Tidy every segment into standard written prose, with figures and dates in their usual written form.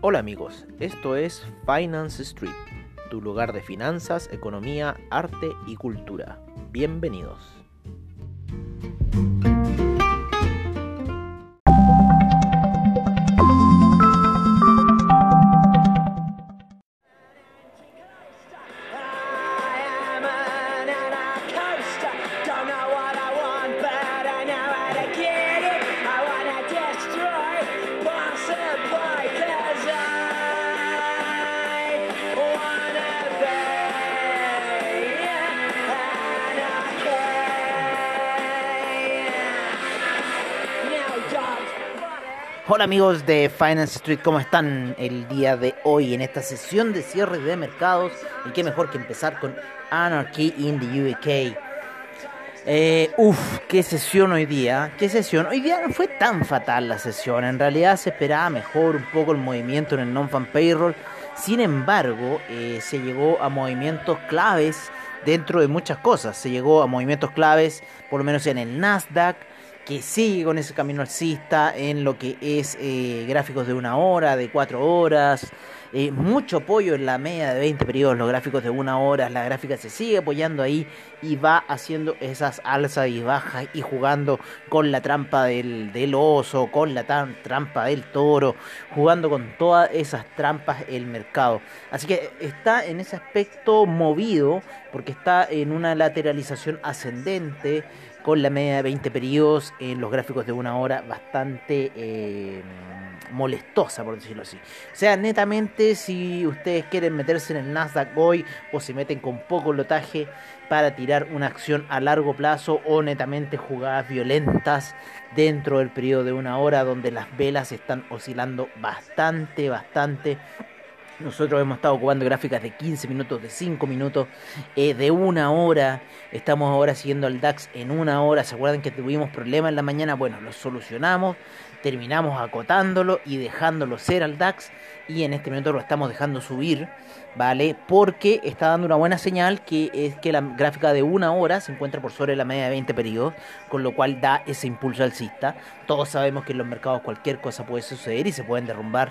Hola amigos, esto es Finance Street, tu lugar de finanzas, economía, arte y cultura. Bienvenidos. Hola amigos de Finance Street, ¿cómo están el día de hoy en esta sesión de cierre de mercados? Y qué mejor que empezar con Anarchy in the UK. Qué sesión hoy día, qué sesión. Hoy día no fue tan fatal la sesión, en realidad se esperaba mejor un poco el movimiento en el non-farm payroll. Sin embargo, se llegó a movimientos claves dentro de muchas cosas. Se llegó a movimientos claves, por lo menos en el Nasdaq, que sigue con ese camino alcista, en lo que es gráficos de 1 hora, de 4 horas, mucho apoyo en la media de 20 periodos, los gráficos de 1 hora, la gráfica se sigue apoyando ahí y va haciendo esas alzas y bajas y jugando con la trampa del oso, con la trampa del toro, jugando con todas esas trampas el mercado. Así que está en ese aspecto movido porque está en una lateralización ascendente, con la media de 20 periodos en los gráficos de 1 hora bastante molestosa, por decirlo así. O sea, netamente, si ustedes quieren meterse en el Nasdaq hoy o se meten con poco lotaje para tirar una acción a largo plazo, o netamente jugadas violentas dentro del periodo de 1 hora donde las velas están oscilando bastante. Nosotros hemos estado ocupando gráficas de 15 minutos, de 5 minutos, de 1 hora. Estamos ahora siguiendo al DAX en 1 hora. ¿Se acuerdan que tuvimos problemas en la mañana? Bueno, los solucionamos, terminamos acotándolo y dejándolo ser al DAX. Y en este momento lo estamos dejando subir, ¿vale? Porque está dando una buena señal, que es que la gráfica de 1 hora se encuentra por sobre la media de 20 periodos, con lo cual da ese impulso alcista. Todos sabemos que en los mercados cualquier cosa puede suceder y se pueden derrumbar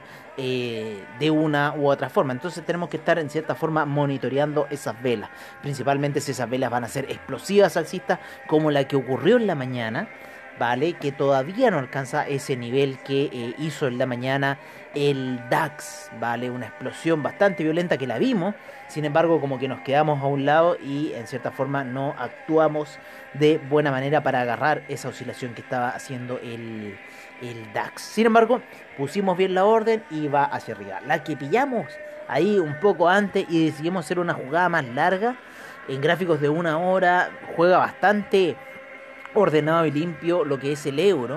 de una u otra forma. Entonces tenemos que estar en cierta forma monitoreando esas velas, principalmente si esas velas van a ser explosivas alcistas, como la que ocurrió en la mañana, ¿vale? Que todavía no alcanza ese nivel que hizo en la mañana el DAX, ¿vale? Una explosión bastante violenta que la vimos, sin embargo como que nos quedamos a un lado y en cierta forma no actuamos de buena manera para agarrar esa oscilación que estaba haciendo el DAX. Sin embargo, pusimos bien la orden y va hacia arriba. La que pillamos ahí un poco antes y decidimos hacer una jugada más larga en gráficos de 1 hora, juega bastante ordenado y limpio lo que es el euro,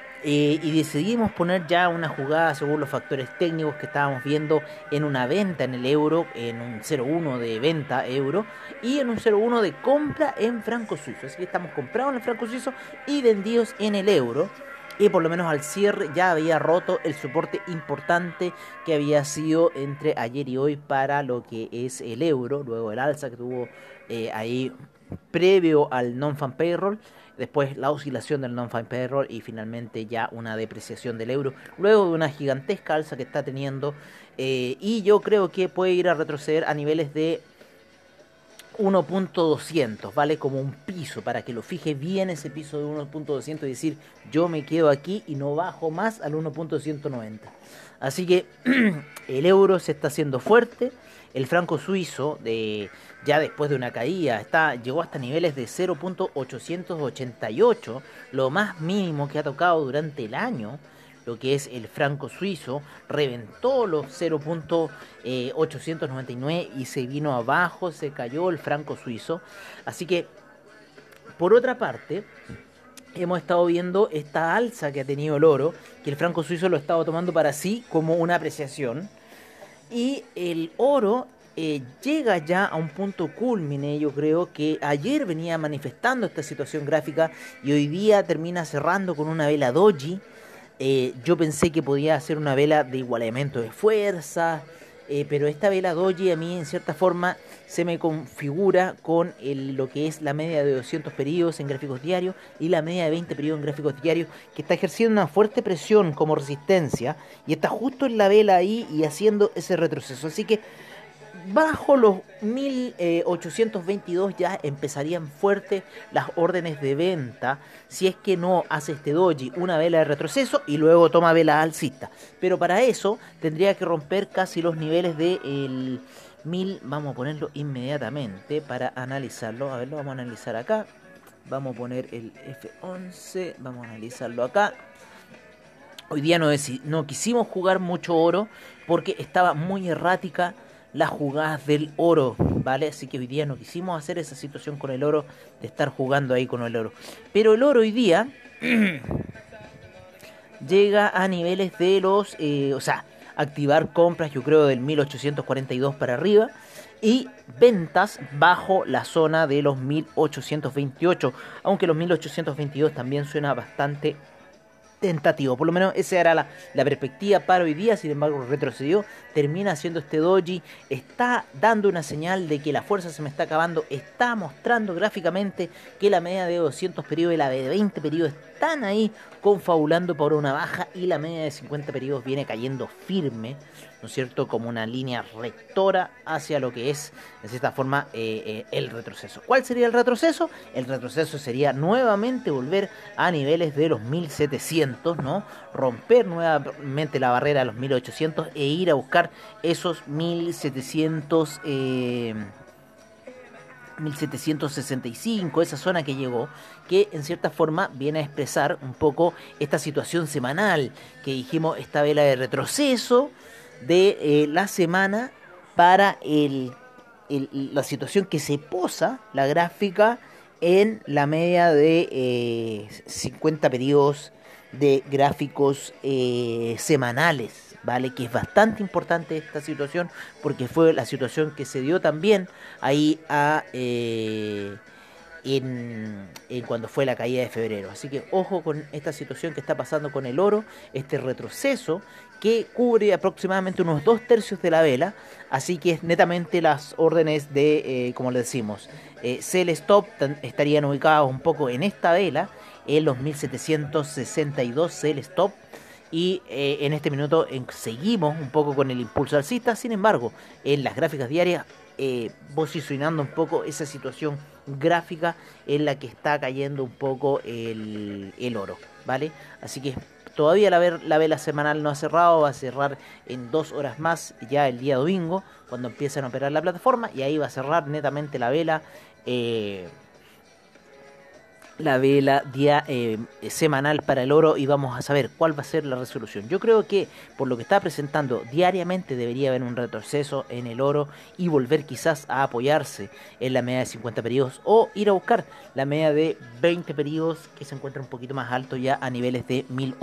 y decidimos poner ya una jugada según los factores técnicos que estábamos viendo en una venta en el euro, en un 0,1 de venta euro y en un 0,1 de compra en franco suizo. Así que estamos comprados en el franco suizo y vendidos en el euro. Y por lo menos al cierre ya había roto el soporte importante que había sido entre ayer y hoy para lo que es el euro, luego el alza que tuvo ahí previo al non-farm payroll, después la oscilación del non-farm payroll y finalmente ya una depreciación del euro, luego de una gigantesca alza que está teniendo, y yo creo que puede ir a retroceder a niveles de 1.200, ¿vale? Como un piso, para que lo fije bien ese piso de 1.200 y decir, yo me quedo aquí y no bajo más al 1.190. Así que el euro se está haciendo fuerte, el franco suizo, ya después de una caída, llegó hasta niveles de 0.888, lo más mínimo que ha tocado durante el año. Lo que es el franco suizo reventó los 0.899 y se vino abajo, se cayó el franco suizo. Así que, por otra parte, hemos estado viendo esta alza que ha tenido el oro, que el franco suizo lo ha estado tomando para sí como una apreciación, y el oro llega ya a un punto culmine. Yo creo que ayer venía manifestando esta situación gráfica y hoy día termina cerrando con una vela doji. Yo pensé que podía hacer una vela de igualamiento de fuerza, pero esta vela doji a mí en cierta forma se me configura con lo que es la media de 200 periodos en gráficos diarios y la media de 20 periodos en gráficos diarios, que está ejerciendo una fuerte presión como resistencia y está justo en la vela ahí y haciendo ese retroceso. Así que bajo los 1822 ya empezarían fuerte las órdenes de venta si es que no hace este doji una vela de retroceso y luego toma vela alcista. Pero para eso tendría que romper casi los niveles de el 1000. Vamos a ponerlo inmediatamente para analizarlo. A ver, lo vamos a analizar acá. Vamos a poner el F11. Vamos a analizarlo acá. Hoy día no quisimos jugar mucho oro porque estaba muy errática las jugadas del oro, ¿vale? Así que hoy día no quisimos hacer esa situación con el oro, de estar jugando ahí con el oro. Pero el oro hoy día llega a niveles de los, o sea, activar compras yo creo del 1842 para arriba y ventas bajo la zona de los 1828, aunque los 1822 también suena bastante tentativo, por lo menos esa era la perspectiva para hoy día. Sin embargo retrocedió, termina haciendo este doji, está dando una señal de que la fuerza se me está acabando, está mostrando gráficamente que la media de 200 periodos y la de 20 periodos están ahí confabulando por una baja y la media de 50 periodos viene cayendo firme, ¿no es cierto?, como una línea rectora hacia lo que es, de cierta forma, el retroceso. ¿Cuál sería el retroceso? El retroceso sería nuevamente volver a niveles de los 1700, ¿no? Romper nuevamente la barrera de los 1800 e ir a buscar esos 1700... 1765, esa zona que llegó, que en cierta forma viene a expresar un poco esta situación semanal, que dijimos, esta vela de retroceso de la semana para la situación que se posa la gráfica en la media de 50 periodos de gráficos semanales. ¿Vale? Que es bastante importante esta situación porque fue la situación que se dio también ahí en cuando fue la caída de febrero. Así que ojo con esta situación que está pasando con el oro, este retroceso que cubre aproximadamente unos 2/3 de la vela. Así que es netamente las órdenes de, como le decimos, sell stop estarían ubicados un poco en esta vela, en los 1762 sell stop. Y en este minuto seguimos un poco con el impulso alcista. Sin embargo, en las gráficas diarias posicionando un poco esa situación gráfica en la que está cayendo un poco el oro, ¿vale? Así que todavía la vela semanal no ha cerrado, va a cerrar en 2 horas más ya el día domingo, cuando empiecen a operar la plataforma, y ahí va a cerrar netamente la vela semanal para el oro, y vamos a saber cuál va a ser la resolución. Yo creo que por lo que está presentando diariamente debería haber un retroceso en el oro y volver quizás a apoyarse en la media de 50 periodos o ir a buscar la media de 20 periodos que se encuentra un poquito más alto ya a niveles de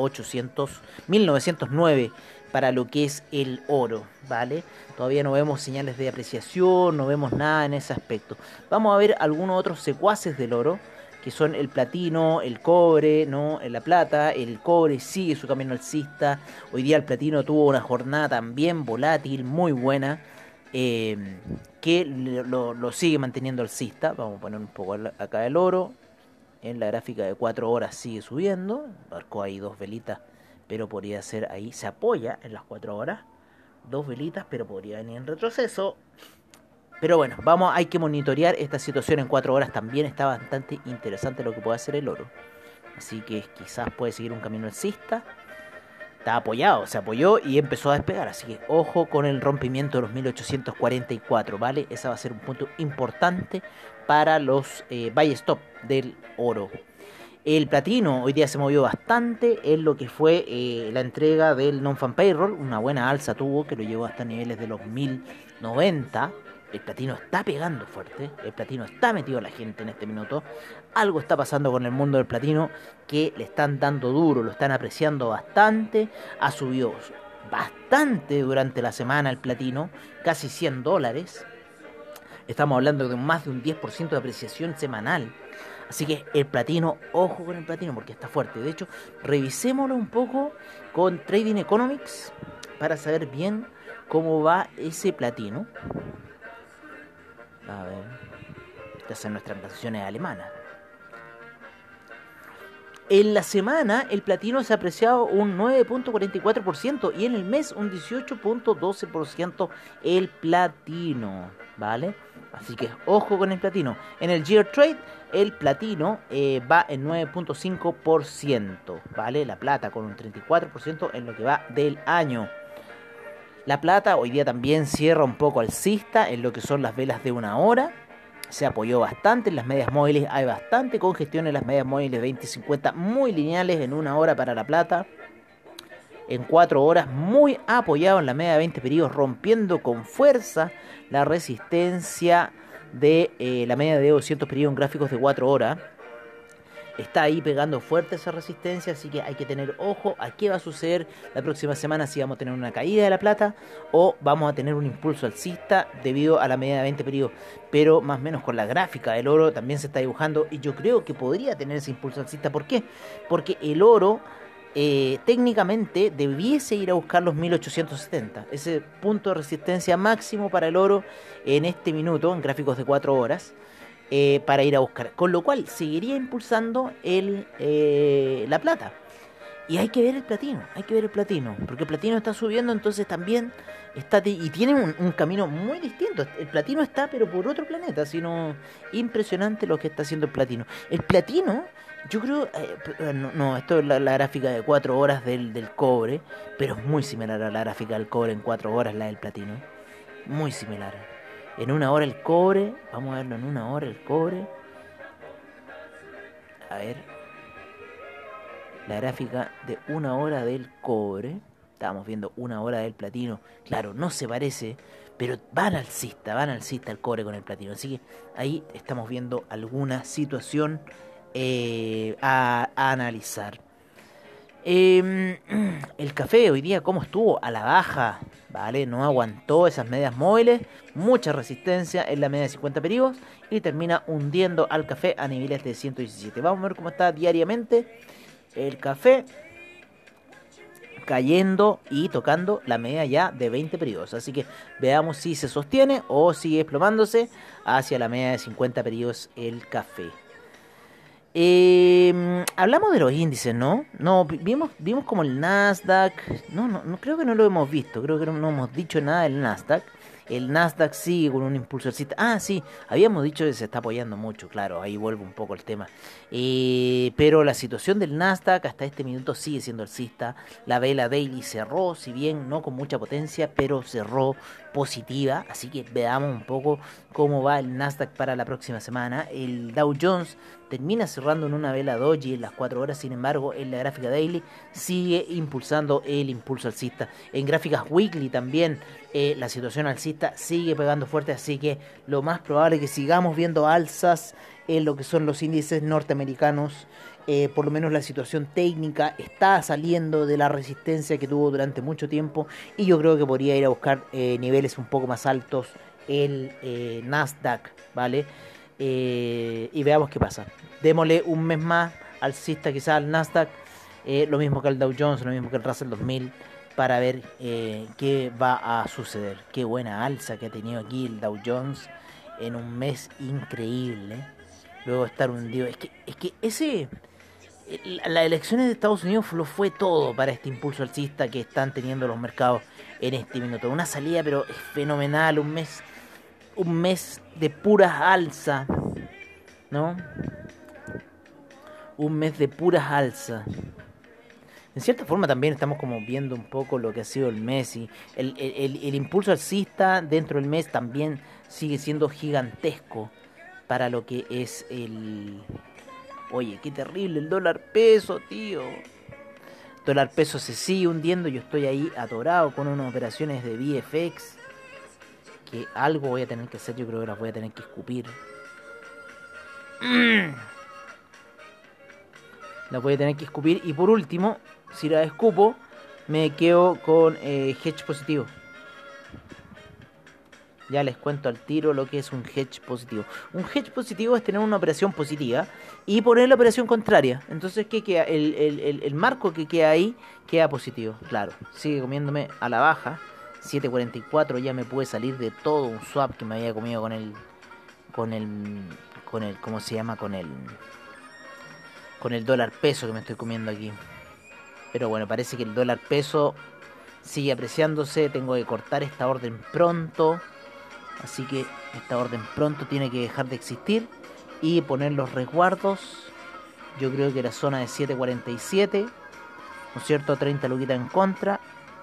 1909 para lo que es el oro, ¿vale? Todavía no vemos señales de apreciación, no vemos nada en ese aspecto. Vamos a ver algunos otros secuaces del oro, que son el platino, el cobre, ¿no? La plata. El cobre sigue su camino alcista. Hoy día el platino tuvo una jornada también volátil, muy buena, que lo sigue manteniendo alcista. Vamos a poner un poco acá el oro. En la gráfica de 4 horas sigue subiendo. Marcó ahí 2 velitas, pero podría ser ahí. Se apoya en las 4 horas. 2 velitas, pero podría venir en retroceso. Pero bueno, hay que monitorear esta situación en 4 horas. También está bastante interesante lo que puede hacer el oro. Así que quizás puede seguir un camino alcista. Está apoyado, se apoyó y empezó a despegar. Así que ojo con el rompimiento de los 1844, ¿vale? Ese va a ser un punto importante para los buy stop del oro. El platino hoy día se movió bastante en lo que fue la entrega del non-fan payroll. Una buena alza tuvo que lo llevó hasta niveles de los 1090. El platino está pegando fuerte, el platino está metido a la gente en este minuto. Algo está pasando con el mundo del platino, que le están dando duro, lo están apreciando bastante. Ha subido bastante durante la semana el platino, casi $100. Estamos hablando de más de un 10% de apreciación semanal. Así que el platino, ojo con el platino porque está fuerte. De hecho, revisémoslo un poco con Trading Economics para saber bien cómo va ese platino. A ver, estas son nuestras canciones alemanas. En la semana el platino se ha apreciado un 9.44% y en el mes un 18.12% el platino, ¿vale? Así que ojo con el platino. En el Year Trade el platino va en 9.5%, ¿vale? La plata con un 34% en lo que va del año. La plata hoy día también cierra un poco alcista en lo que son las velas de una hora. Se apoyó bastante en las medias móviles, hay bastante congestión en las medias móviles 20 y 50 muy lineales en una hora para la plata. En 4 horas muy apoyado en la media de 20 periodos, rompiendo con fuerza la resistencia de la media de 200 periodos en gráficos de 4 horas. Está ahí pegando fuerte esa resistencia, así que hay que tener ojo a qué va a suceder la próxima semana, si vamos a tener una caída de la plata o vamos a tener un impulso alcista debido a la media de 20 periodos. Pero más o menos con la gráfica del oro también se está dibujando y yo creo que podría tener ese impulso alcista. ¿Por qué? Porque el oro técnicamente debiese ir a buscar los 1870, ese punto de resistencia máximo para el oro en este minuto, en gráficos de 4 horas. Para ir a buscar, con lo cual seguiría impulsando la plata. Y hay que ver el platino, porque el platino está subiendo, entonces también está y tiene un camino muy distinto. El platino está, pero por otro planeta, sino impresionante lo que está haciendo el platino. El platino, yo creo, no, esto es la gráfica de 4 horas del cobre, pero es muy similar a la gráfica del cobre en 4 horas, la del platino, muy similar. En una hora el cobre, vamos a verlo en una hora el cobre. A ver, la gráfica de una hora del cobre. Estábamos viendo una hora del platino. Claro, no se parece, pero van alcista el cobre con el platino. Así que ahí estamos viendo alguna situación a analizar. El café hoy día, ¿cómo estuvo? A la baja, ¿vale? No aguantó esas medias móviles, mucha resistencia en la media de 50 periodos y termina hundiendo al café a niveles de 117. Vamos a ver cómo está diariamente el café, cayendo y tocando la media ya de 20 periodos. Así que veamos si se sostiene o sigue desplomándose hacia la media de 50 periodos el café. Hablamos de los índices, ¿no? No, vimos como el Nasdaq. No, creo que no lo hemos visto. Creo que no hemos dicho nada del Nasdaq. El Nasdaq sigue con un impulso alcista. Ah, sí, habíamos dicho que se está apoyando mucho, claro, ahí vuelve un poco el tema. Pero la situación del Nasdaq hasta este minuto sigue siendo alcista. La vela daily cerró, si bien no con mucha potencia, pero cerró positiva. Así que veamos un poco cómo va el Nasdaq para la próxima semana. El Dow Jones termina cerrando en una vela doji en las 4 horas, sin embargo en la gráfica daily sigue impulsando el impulso alcista. En gráficas weekly también la situación alcista sigue pegando fuerte, así que lo más probable es que sigamos viendo alzas en lo que son los índices norteamericanos. Por lo menos la situación técnica está saliendo de la resistencia que tuvo durante mucho tiempo y yo creo que podría ir a buscar niveles un poco más altos el Nasdaq, ¿vale? Y veamos qué pasa. Démosle un mes más alcista quizás al Nasdaq, lo mismo que al Dow Jones, lo mismo que el Russell 2000, para ver qué va a suceder. Qué buena alza que ha tenido aquí el Dow Jones en un mes increíble. Luego de estar hundido. Es que las elecciones de Estados Unidos lo fue todo para este impulso alcista que están teniendo los mercados en este minuto. Una salida pero es fenomenal, un mes de puras alza, ¿no? Un mes de puras alza. En cierta forma también estamos como viendo un poco lo que ha sido el mes y el impulso alcista dentro del mes también sigue siendo gigantesco para lo que es el... Oye, qué terrible el dólar peso, tío. El dólar peso se sigue hundiendo, yo estoy ahí atorado con unas operaciones de VFX que algo voy a tener que hacer, yo creo que las voy a tener que escupir. Las voy a tener que escupir y por último, si las escupo, me quedo con hedge positivo. Ya les cuento al tiro lo que es un hedge positivo. Un hedge positivo es tener una operación positiva y poner la operación contraria. Entonces, ¿qué queda? El marco que queda ahí queda positivo. Claro, sigue comiéndome a la baja. 7.44 ya me pude salir de todo un swap que me había comido con el, ¿cómo se llama? Con el dólar peso que me estoy comiendo aquí. Pero bueno, parece que el dólar peso sigue apreciándose. Tengo que cortar esta orden pronto. Así que esta orden pronto tiene que dejar de existir y poner los resguardos. Yo creo que la zona de 7.47, ¿no es cierto? 30 luquitas en contra.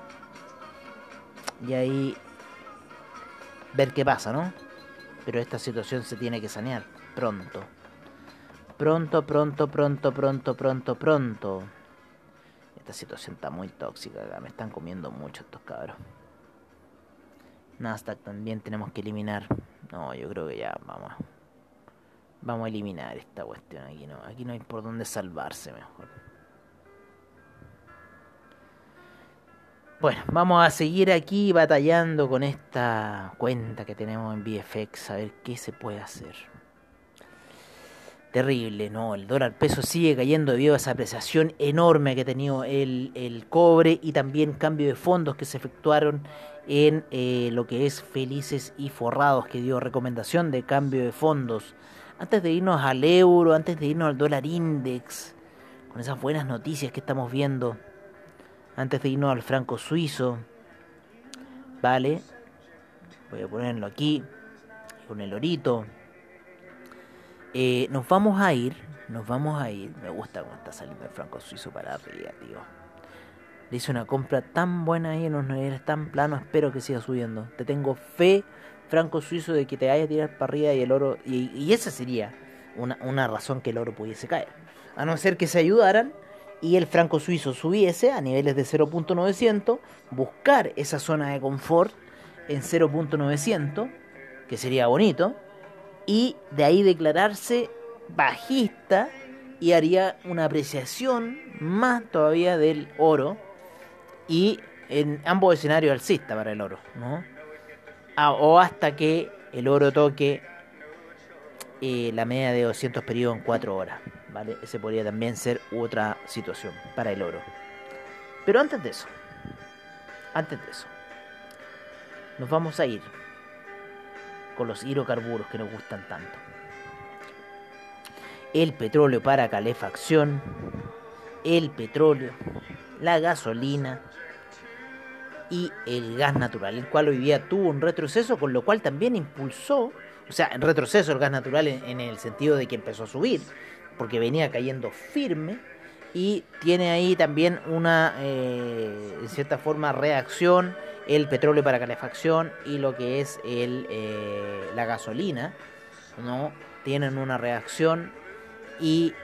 Y ahí ver qué pasa, ¿no? Pero esta situación se tiene que sanear pronto. Pronto, pronto, pronto, pronto, pronto, pronto. Esta situación está muy tóxica acá. Me están comiendo mucho estos cabros. Nasdaq también tenemos que eliminar. No, yo creo que ya vamos a eliminar esta cuestión. Aquí no hay por dónde salvarse mejor. Bueno, vamos a seguir aquí batallando con esta cuenta que tenemos en VFX. A ver qué se puede hacer. Terrible, ¿no? El dólar peso sigue cayendo debido a esa apreciación enorme que ha tenido el cobre y también cambio de fondos que se efectuaron en lo que es Felices y Forrados, que dio recomendación de cambio de fondos. Antes de irnos al euro, antes de irnos al dólar index, con esas buenas noticias que estamos viendo, antes de irnos al franco suizo, ¿vale? Voy a ponerlo aquí, con el orito. Nos vamos a ir. Me gusta cómo está saliendo el franco suizo para arriba, tío. Le hice una compra tan buena ahí en unos niveles tan planos. Espero que siga subiendo. Te tengo fe, franco suizo, de que te vaya a tirar para arriba y el oro. Y esa sería una razón que el oro pudiese caer. A no ser que se ayudaran y el franco suizo subiese a niveles de 0.900. Buscar esa zona de confort en 0.900, que sería bonito, y de ahí declararse bajista y haría una apreciación más todavía del oro y en ambos escenarios alcista para el oro, ¿no? O hasta que el oro toque la media de 200 periodos en 4 horas, ¿vale? Ese podría también ser otra situación para el oro. Pero antes de eso, nos vamos a ir con los hidrocarburos que nos gustan tanto. El petróleo para calefacción, el petróleo, la gasolina y el gas natural, el cual hoy día tuvo un retroceso, con lo cual también impulsó, o sea, en retroceso el gas natural en el sentido de que empezó a subir, porque venía cayendo firme y tiene ahí también una, en cierta forma, reacción el petróleo para calefacción y lo que es la gasolina, ¿no? Tienen una reacción y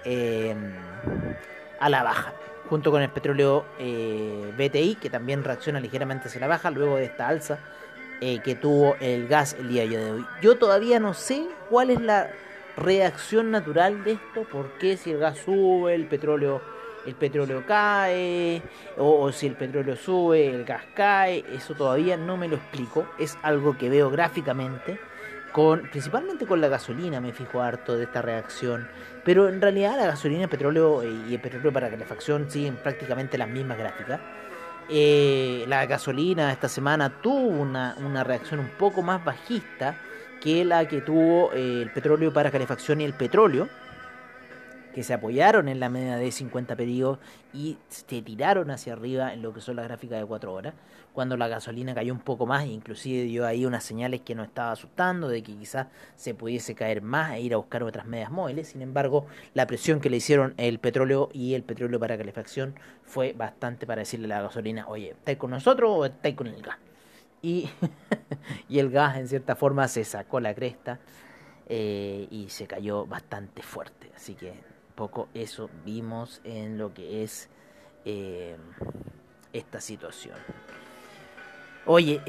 a la baja, junto con el petróleo BTI, que también reacciona ligeramente hacia la baja luego de esta alza que tuvo el gas el día de hoy. Yo todavía no sé cuál es la reacción natural de esto, porque si el gas sube, el petróleo cae, o si el petróleo sube, el gas cae. Eso todavía no me lo explico, es algo que veo gráficamente, principalmente con la gasolina me fijo harto de esta reacción, pero en realidad la gasolina, el petróleo y el petróleo para calefacción siguen prácticamente las mismas gráficas. La gasolina esta semana tuvo una reacción un poco más bajista que la que tuvo el petróleo para calefacción y el petróleo, que se apoyaron en la media de 50 periodos y se tiraron hacia arriba en lo que son las gráficas de 4 horas, cuando la gasolina cayó un poco más, inclusive dio ahí unas señales que nos estaba asustando de que quizás se pudiese caer más e ir a buscar otras medias móviles. Sin embargo, la presión que le hicieron el petróleo y el petróleo para calefacción fue bastante para decirle a la gasolina: oye, ¿estáis con nosotros o estáis con el gas? Y, y el gas en cierta forma se sacó la cresta y se cayó bastante fuerte. Así que poco eso vimos en lo que es eh, esta situación. Oye,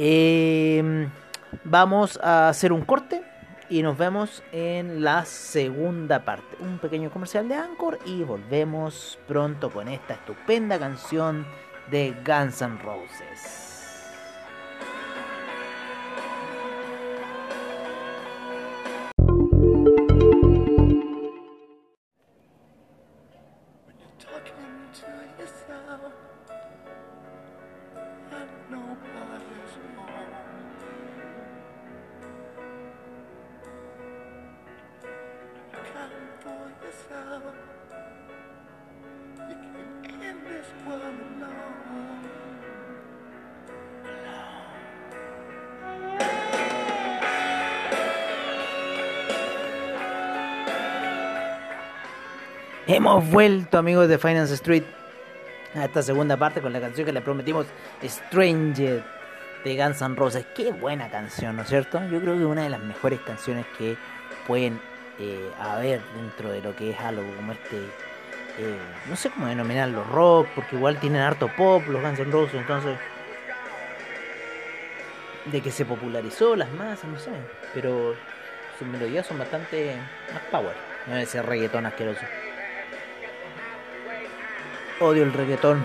vamos a hacer un corte y nos vemos en la segunda parte. Un pequeño comercial de Anchor y volvemos pronto con esta estupenda canción de Guns N' Roses. Talking to yourself and nobody's home. Hemos vuelto, amigos de Finance Street, a esta segunda parte con la canción que le prometimos, Stranger, de Guns N' Roses. Qué buena canción, ¿no es cierto? Yo creo que una de las mejores canciones que pueden haber dentro de lo que es algo como no sé cómo denominarlo, rock, porque igual tienen harto pop los Guns N' Roses, entonces, de que se popularizó las masas, no sé, pero sus melodías son bastante más power, no es ese reggaetón asqueroso. Odio el reggaetón.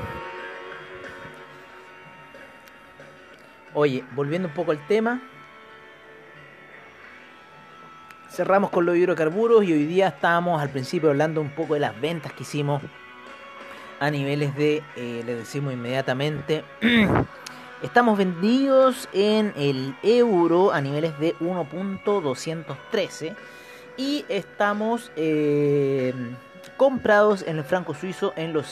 Oye, volviendo un poco al tema, cerramos con los hidrocarburos y hoy día estábamos al principio hablando un poco de las ventas que hicimos a niveles de, les decimos inmediatamente, estamos vendidos en el euro a niveles de 1.213 y estamos comprados en el franco suizo en los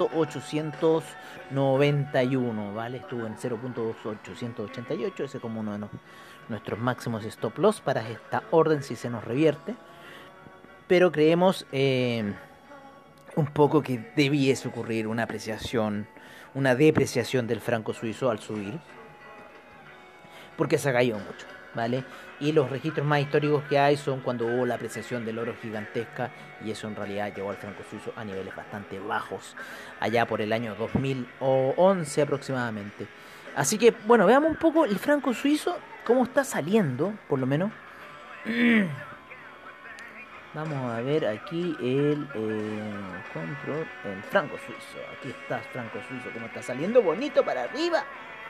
0.891, ¿vale? Estuvo en 0.888, ese como uno de nuestros máximos stop loss para esta orden si se nos revierte. Pero creemos un poco que debiese ocurrir una depreciación del franco suizo al subir, porque se ha caído mucho, ¿vale? Y los registros más históricos que hay son cuando hubo la apreciación del oro gigantesca, y eso en realidad llevó al franco suizo a niveles bastante bajos, allá por el año 2011 aproximadamente. Así que, bueno, veamos un poco el franco suizo, cómo está saliendo, por lo menos. Vamos a ver aquí el control, el franco suizo. Aquí está el franco suizo, cómo está saliendo bonito para arriba.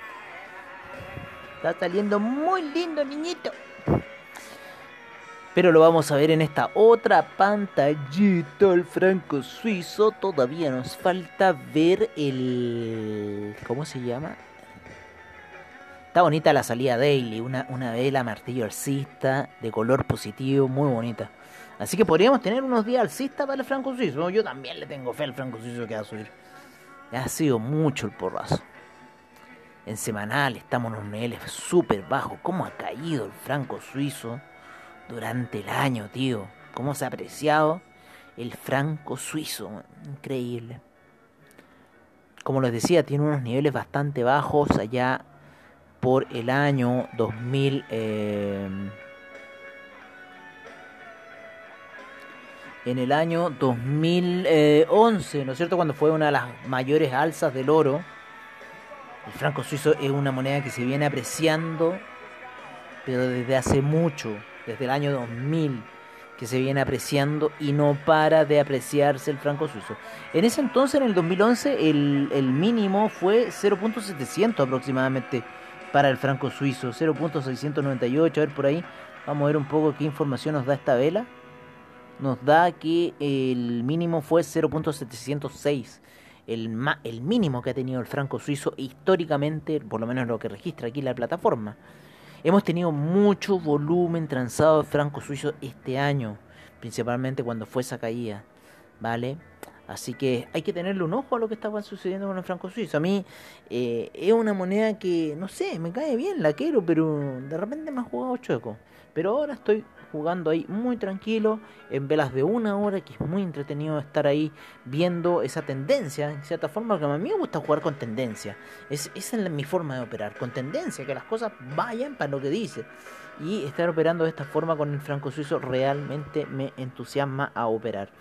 Está saliendo muy lindo, niñito. Pero lo vamos a ver en esta otra pantallita, el franco suizo. Todavía nos falta ver el... ¿cómo se llama? Está bonita la salida daily, una vela martillo alcista de color positivo, muy bonita. Así que podríamos tener unos días alcistas para el franco suizo. Yo también le tengo fe al franco suizo que va a subir. Ha sido mucho el porrazo. En semanal estamos en unos niveles súper bajos. ¿Cómo ha caído el franco suizo durante el año, tío? ¿Cómo se ha apreciado el franco suizo? Increíble. Como les decía, tiene unos niveles bastante bajos allá por el año 2000. En el año 2011, ¿no es cierto? Cuando fue una de las mayores alzas del oro. El franco suizo es una moneda que se viene apreciando, pero desde hace mucho, desde el año 2000, que se viene apreciando y no para de apreciarse el franco suizo. En ese entonces, en el 2011, el mínimo fue 0.700 aproximadamente para el franco suizo, 0.698, a ver por ahí, vamos a ver un poco qué información nos da esta vela. Nos da que el mínimo fue 0.706. El mínimo que ha tenido el franco suizo históricamente, por lo menos lo que registra aquí la plataforma. Hemos tenido mucho volumen transado de franco suizo este año, principalmente cuando fue esa caída, ¿vale? Así que hay que tenerle un ojo a lo que estaba sucediendo con el franco suizo. A mí es una moneda que, no sé, me cae bien, la quiero, pero de repente me ha jugado chueco. Pero ahora estoy jugando ahí muy tranquilo, en velas de 1 hora, que es muy entretenido estar ahí viendo esa tendencia, en cierta forma, porque a mí me gusta jugar con tendencia. Esa es mi forma de operar, con tendencia, que las cosas vayan para lo que dice. Y estar operando de esta forma con el franco suizo realmente me entusiasma a operar.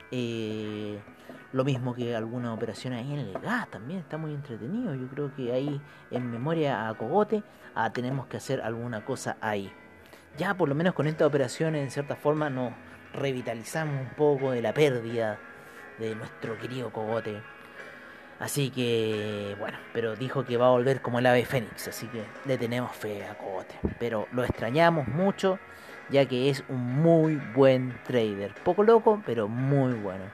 Lo mismo que algunas operaciones ahí en el gas, también está muy entretenido. Yo creo que ahí en memoria a cogote tenemos que hacer alguna cosa ahí. Ya por lo menos con esta operación en cierta forma nos revitalizamos un poco de la pérdida de nuestro querido cogote. Así que bueno, pero dijo que va a volver como el ave fénix, así que le tenemos fe a cogote. Pero lo extrañamos mucho, ya que es un muy buen trader. Poco loco, pero muy bueno.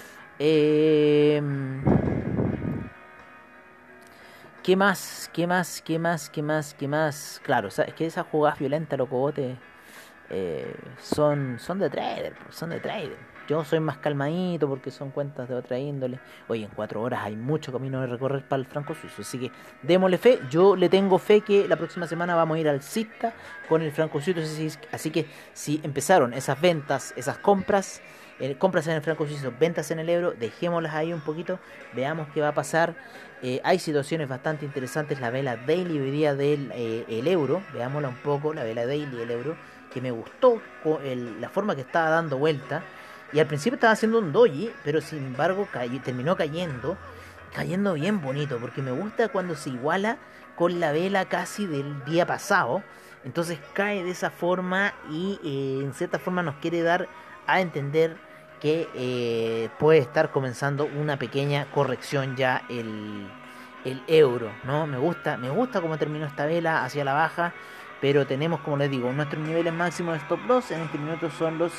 ¿Qué más? ¿Qué más? ¿Qué más? ¿Qué más? ¿Qué más? Claro, ¿sabes? Que esa jugada violenta, los cogotes son de trader, pues, son de trader. Yo soy más calmadito porque son cuentas de otra índole. Oye, en 4 horas hay mucho camino de recorrer para el franco suizo, así que démosle fe. Yo le tengo fe que la próxima semana vamos a ir alcista con el franco suizo, así que si empezaron esas ventas, esas compras en el franco suizo, ventas en el euro, dejémoslas ahí un poquito, veamos qué va a pasar. Hay situaciones bastante interesantes, la vela daily hoy día del el euro, veámosla un poco, la vela daily del euro, que me gustó la forma que estaba dando vuelta. Y al principio estaba haciendo un doji, pero sin embargo terminó cayendo bien bonito, porque me gusta cuando se iguala con la vela casi del día pasado. Entonces cae de esa forma y en cierta forma nos quiere dar a entender que puede estar comenzando una pequeña corrección ya el euro, ¿no? Me gusta cómo terminó esta vela hacia la baja, pero tenemos, como les digo, nuestros niveles máximos de stop loss en este minuto son los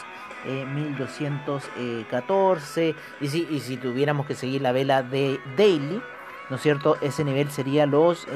1214, y si tuviéramos que seguir la vela de daily, ¿no es cierto? Ese nivel sería los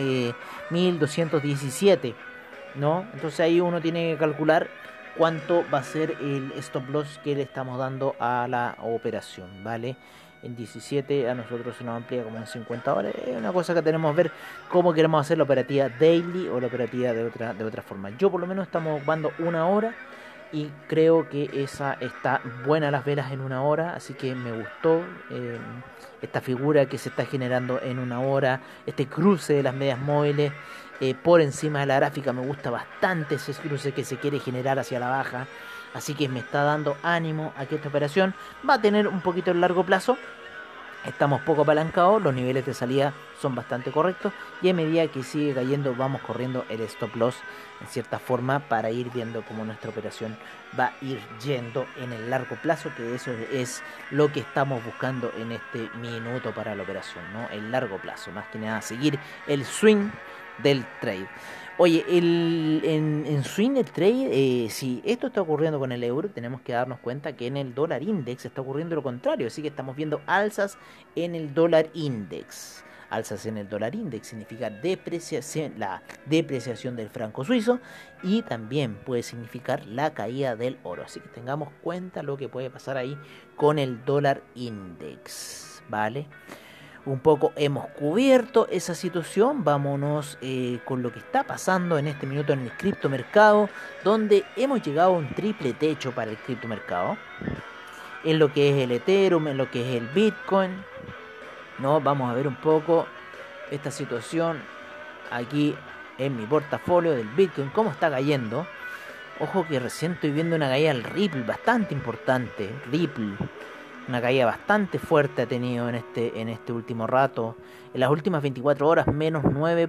1217, ¿no? Entonces ahí uno tiene que calcular cuánto va a ser el stop loss que le estamos dando a la operación, ¿vale? En 17 a nosotros se nos amplía como en 50 horas. Es una cosa que tenemos que ver cómo queremos hacer la operativa daily o la operativa de otra forma. Yo por lo menos estamos ocupando 1 hora y creo que esa está buena, las velas en 1 hora, así que me gustó esta figura que se está generando en 1 hora, este cruce de las medias móviles por encima de la gráfica. Me gusta bastante ese cruce que se quiere generar hacia la baja, así que me está dando ánimo a que esta operación va a tener un poquito en largo plazo. Estamos poco apalancados, los niveles de salida son bastante correctos y a medida que sigue cayendo vamos corriendo el stop loss en cierta forma para ir viendo cómo nuestra operación va a ir yendo en el largo plazo, que eso es lo que estamos buscando en este minuto para la operación, ¿no? El largo plazo, más que nada seguir el swing del trade. Oye, en swing el trade, si esto está ocurriendo con el euro, tenemos que darnos cuenta que en el dólar index está ocurriendo lo contrario, así que estamos viendo alzas en el dólar index. Alzas en el dólar index significa la depreciación del franco suizo y también puede significar la caída del oro. Así que tengamos cuenta lo que puede pasar ahí con el dólar index, ¿vale? Un poco hemos cubierto esa situación. Vámonos con lo que está pasando en este minuto en el criptomercado, donde hemos llegado a un triple techo para el criptomercado, en lo que es el Ethereum, en lo que es el Bitcoin, ¿no? Vamos a ver un poco esta situación aquí en mi portafolio del Bitcoin, cómo está cayendo. Ojo que recién estoy viendo una caída al Ripple bastante importante. Ripple, una caída bastante fuerte ha tenido en este último rato. En las últimas 24 horas, menos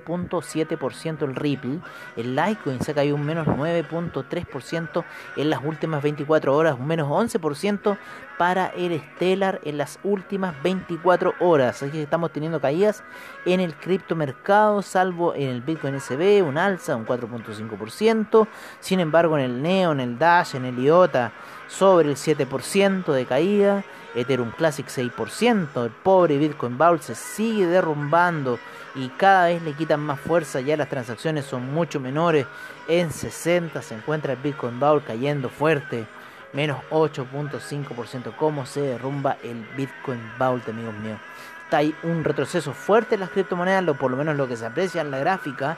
9.7% el Ripple. El Litecoin se ha caído un menos 9.3% en las últimas 24 horas. Un menos 11% para el Stellar en las últimas 24 horas. Así que estamos teniendo caídas en el criptomercado, salvo en el Bitcoin SB, un alza, un 4.5%. Sin embargo, en el Neo, en el Dash, en el IOTA, sobre el 7% de caída. Ethereum Classic 6%, el pobre Bitcoin Vault se sigue derrumbando y cada vez le quitan más fuerza, ya las transacciones son mucho menores. En 60 se encuentra el Bitcoin Vault cayendo fuerte, menos 8.5%. ¿Cómo se derrumba el Bitcoin Vault, amigos míos? Está ahí un retroceso fuerte en las criptomonedas, por lo menos lo que se aprecia en la gráfica.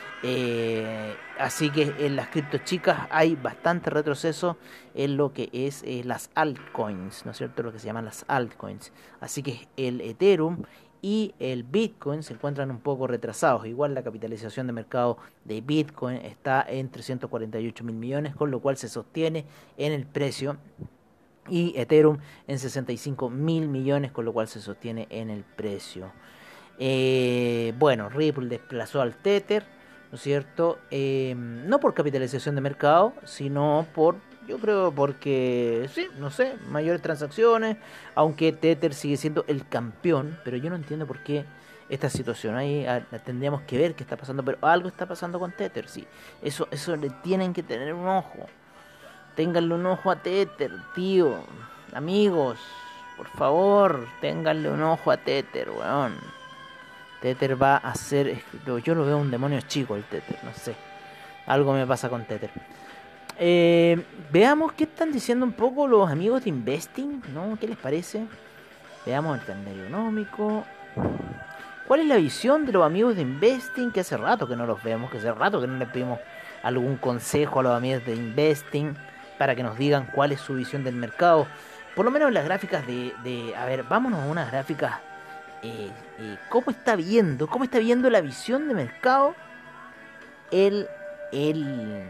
Así que en las criptos chicas hay bastante retroceso en lo que es las altcoins, ¿no es cierto? Lo que se llaman las altcoins. Así que el Ethereum y el Bitcoin se encuentran un poco retrasados. Igual la capitalización de mercado de Bitcoin está en 348 mil millones, con lo cual se sostiene en el precio. Y Ethereum en 65 mil millones, con lo cual se sostiene en el precio. Bueno, Ripple desplazó al Tether, ¿no es cierto? No por capitalización de mercado, sino yo creo porque, sí, no sé, mayores transacciones, aunque Tether sigue siendo el campeón, pero yo no entiendo por qué esta situación. Ahí tendríamos que ver qué está pasando, pero algo está pasando con Tether, sí. Eso le tienen que tener un ojo. Ténganle un ojo a Tether, tío. Amigos, por favor, ténganle un ojo a Tether, weón. Tether va a ser... Yo lo veo un demonio chico el Tether, no sé. Algo me pasa con Tether. Veamos qué están diciendo un poco los amigos de Investing, ¿no? ¿Qué les parece? Veamos el calendario económico. ¿Cuál es la visión de los amigos de Investing? Que hace rato que no los vemos, que hace rato que no les pedimos algún consejo a los amigos de Investing para que nos digan cuál es su visión del mercado. Por lo menos las gráficas a ver, vámonos a unas gráficas. ¿Cómo está viendo la visión de mercado el, el...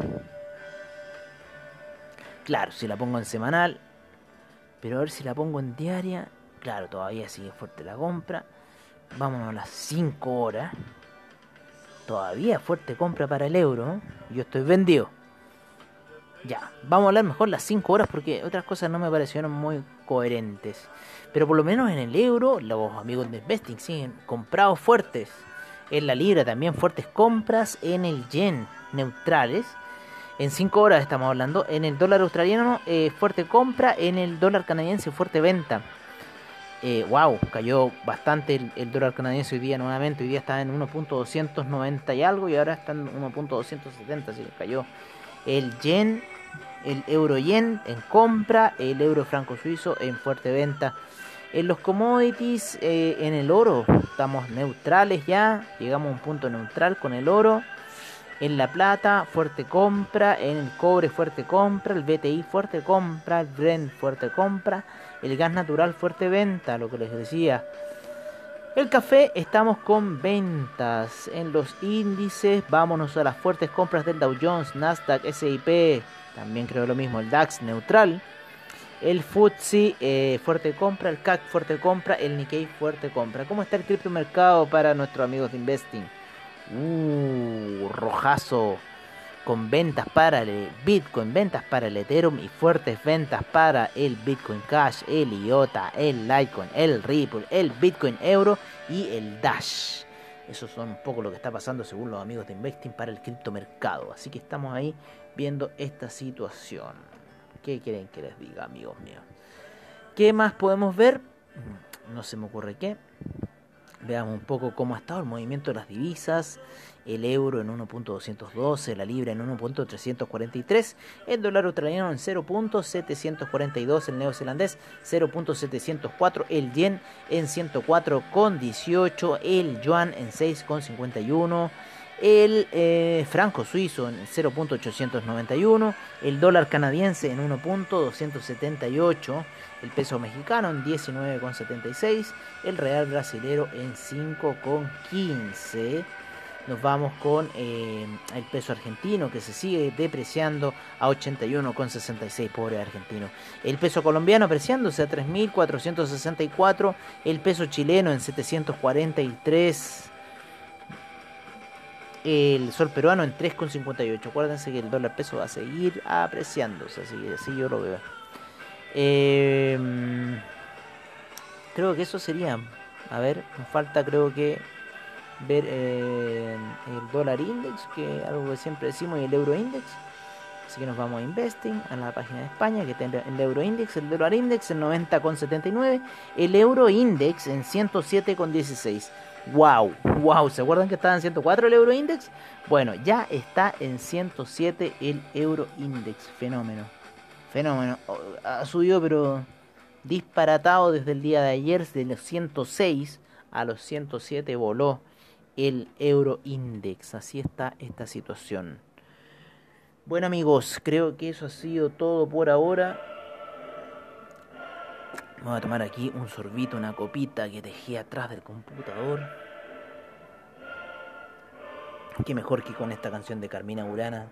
Claro, si la pongo en semanal, pero a ver si la pongo en diaria. Claro, todavía sigue fuerte la compra. Vámonos a las 5 horas. Todavía fuerte compra para el euro. Yo estoy vendido. Ya, vamos a hablar mejor las 5 horas porque otras cosas no me parecieron muy coherentes. Pero por lo menos en el euro, los amigos de Investing siguen comprados fuertes. En la libra también fuertes compras. En el yen neutrales. En 5 horas estamos hablando. En el dólar australiano, fuerte compra. En el dólar canadiense, fuerte venta. Wow, cayó bastante el dólar canadiense hoy día nuevamente. Hoy día está en 1.290 y algo y ahora está en 1.270, así que cayó. El yen, el euro yen en compra, el euro franco suizo en fuerte venta. En los commodities, en el oro, estamos neutrales ya, llegamos a un punto neutral con el oro. En la plata, fuerte compra. En el cobre, fuerte compra. El BTI, fuerte compra. El Brent, fuerte compra. El gas natural, fuerte venta, lo que les decía. El café, estamos con ventas. En los índices, vámonos a las fuertes compras del Dow Jones, Nasdaq, S&P. También creo lo mismo, el DAX neutral. El FTSE, fuerte compra. El CAC, fuerte compra. El Nikkei, fuerte compra. ¿Cómo está el criptomercado para nuestros amigos de Investing? Rojazo con ventas para el Bitcoin, ventas para el Ethereum y fuertes ventas para el Bitcoin Cash, el IOTA, el Litecoin, el Ripple, el Bitcoin Euro y el Dash. Eso son un poco lo que está pasando según los amigos de Investing para el criptomercado. Así que estamos ahí viendo esta situación. ¿Qué quieren que les diga, amigos míos? ¿Qué más podemos ver? No se me ocurre qué. Veamos un poco cómo ha estado el movimiento de las divisas. El euro en 1.212, la libra en 1.343, el dólar australiano en 0.742, el neozelandés 0.704, el yen en 104,18, el yuan en 6,51, el franco suizo en 0.891, el dólar canadiense en 1.278, el peso mexicano en 19,76, el real brasilero en 5,15. Nos vamos con el peso argentino que se sigue depreciando a 81,66, pobre argentino. El peso colombiano apreciándose a 3.464, el peso chileno en 743. El sol peruano en 3,58. Acuérdense que el dólar peso va a seguir apreciándose, así yo lo veo. Creo que eso sería. A ver, nos falta creo que ver el dólar index, que es algo que siempre decimos, y el euro index. Así que nos vamos a Investing, a la página de España, que tiene el euro index, el dólar index en 90,79, el euro index en 107,16. Wow, wow, ¿se acuerdan que estaba en 104 el euro index? Bueno, ya está en 107 el euro index, fenómeno. Ha subido pero disparatado desde el día de ayer, de los 106 a los 107 voló el euro index. Así está esta situación. Bueno amigos, creo que eso ha sido todo por ahora. Vamos a tomar aquí un sorbito, una copita que dejé atrás del computador. Qué mejor que con esta canción de Carmina Burana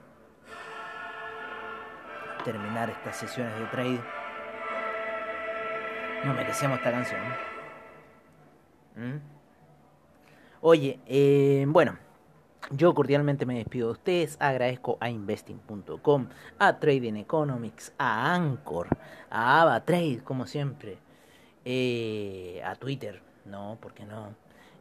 terminar estas sesiones de trade. No merecemos esta canción. Oye, bueno, yo cordialmente me despido de ustedes. Agradezco a investing.com, a Trading Economics, a Anchor, a AvaTrade, como siempre, a Twitter, no, ¿por qué no?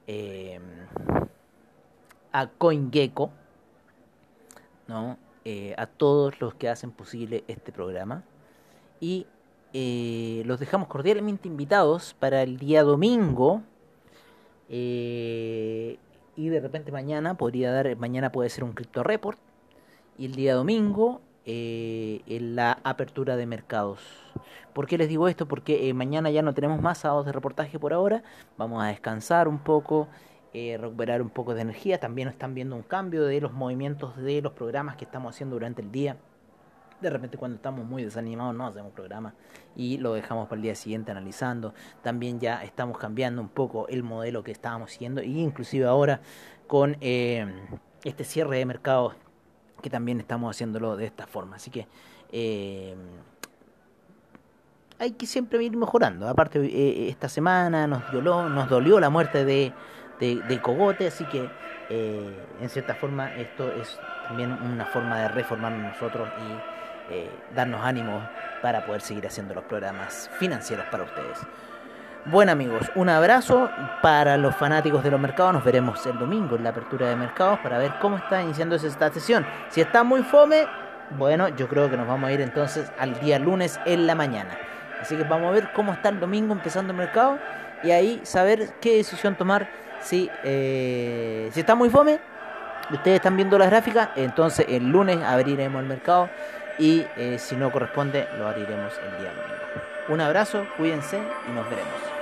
A CoinGecko, ¿no? A todos los que hacen posible este programa. Y los dejamos cordialmente invitados para el día domingo. Y de repente mañana puede ser un Crypto Report. Y el día domingo en la apertura de mercados. ¿Por qué les digo esto? Porque mañana ya no tenemos más sábados de reportaje por ahora. Vamos a descansar un poco, recuperar un poco de energía. También están viendo un cambio de los movimientos de los programas que estamos haciendo durante el día. De repente cuando estamos muy desanimados no hacemos programa y lo dejamos para el día siguiente analizando. También ya estamos cambiando un poco el modelo que estábamos siguiendo y inclusive ahora con este cierre de mercados que también estamos haciéndolo de esta forma. Así que hay que siempre ir mejorando. Aparte, esta semana nos dolió la muerte de Cogote, así que en cierta forma esto es también una forma de reformarnos nosotros y darnos ánimos para poder seguir haciendo los programas financieros para ustedes. Bueno amigos, un abrazo para los fanáticos de los mercados. Nos veremos el domingo en la apertura de mercados para ver cómo está iniciándose esta sesión. Si está muy fome, bueno, yo creo que nos vamos a ir entonces al día lunes en la mañana. Así que vamos a ver cómo está el domingo empezando el mercado y ahí saber qué decisión tomar. Si está muy fome, ustedes están viendo las gráficas, entonces el lunes abriremos el mercado y si no corresponde lo abriremos el día domingo. Un abrazo, cuídense y nos veremos.